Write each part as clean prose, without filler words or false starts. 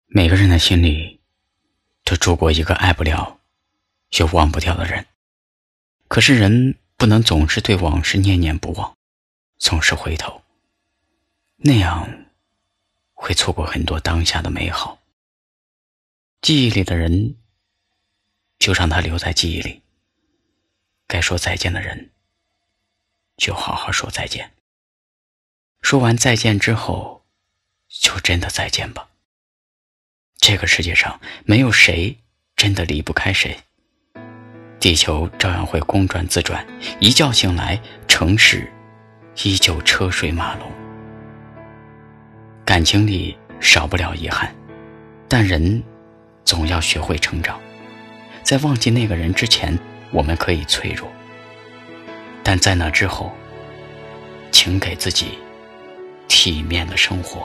每个人的心里都住过一个爱不了又忘不掉的人，可是人不能总是对往事念念不忘，总是回头，那样会错过很多当下的美好。记忆里的人就让他留在记忆里，该说再见的人就好好说再见，说完再见之后就真的再见吧。这个世界上没有谁真的离不开谁，地球照样会公转自转，一觉醒来，城市依旧车水马龙。感情里少不了遗憾，但人总要学会成长。在忘记那个人之前，我们可以脆弱，但在那之后，请给自己体面的生活。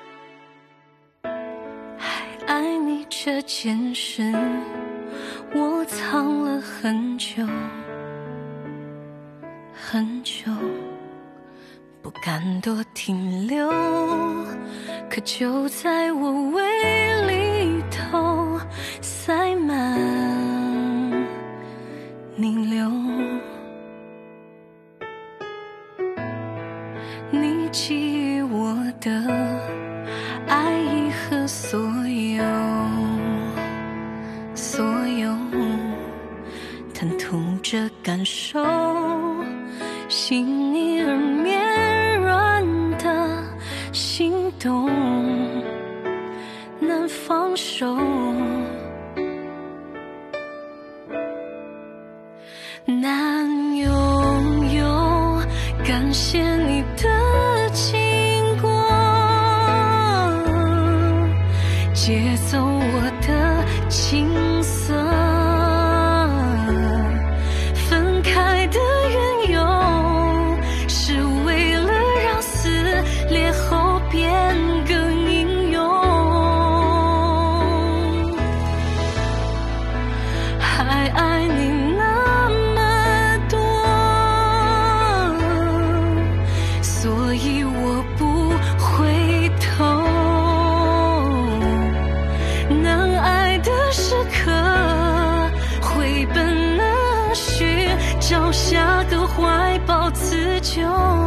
爱你这件事，我藏了很久很久，不敢多停留，可就在我胃里头塞满逆流。你给予我的爱意和所有贪图着感受，细腻而绵软的心动难放手，难拥有。感谢你的经过，借走我的青涩，分开的缘由是为了让撕裂后变更英勇。还爱你那么多，所以我不回头。难爱的时刻，会本能寻找下个怀抱自救。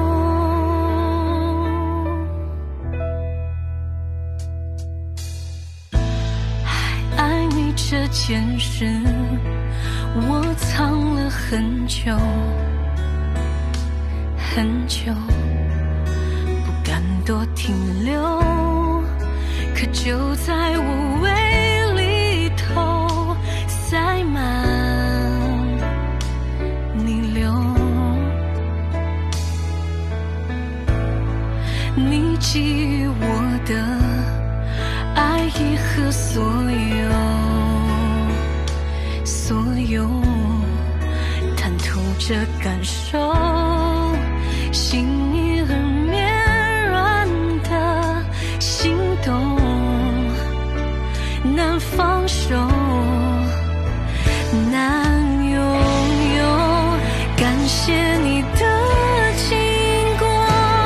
还爱你这件事，我藏了很久很久，不敢多停留，可就在我胃里头塞满逆流。你给予我的爱意和所有贪图着感受，细腻而绵软的心动难放手，难拥有。感谢你的经过，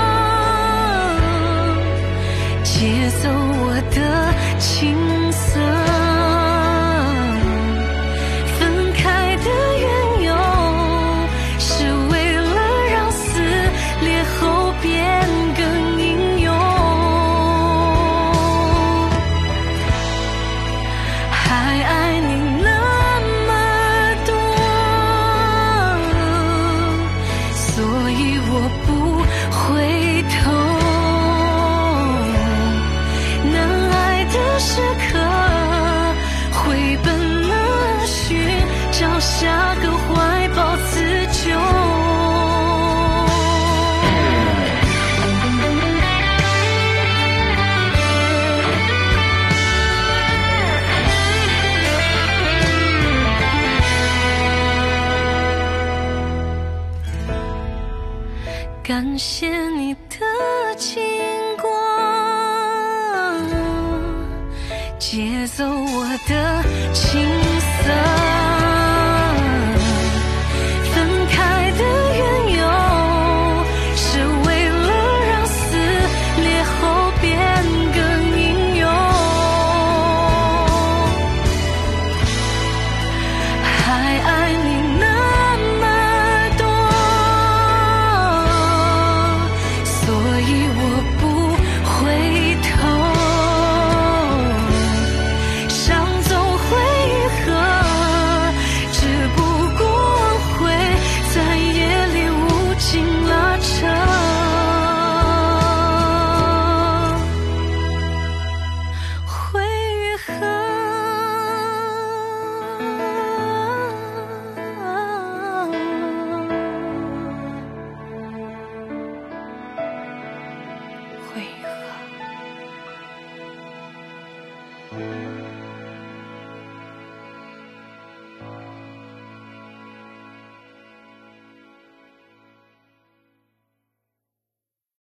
借走我的青涩，分开的缘由是为了让撕裂后变更英勇。还爱你那么多，所以我不回头。难爱的时刻，会本能寻找下个怀抱自救。感谢你的经过，借走我的青涩，分开的缘由是为了让撕裂后变更英勇。 回合。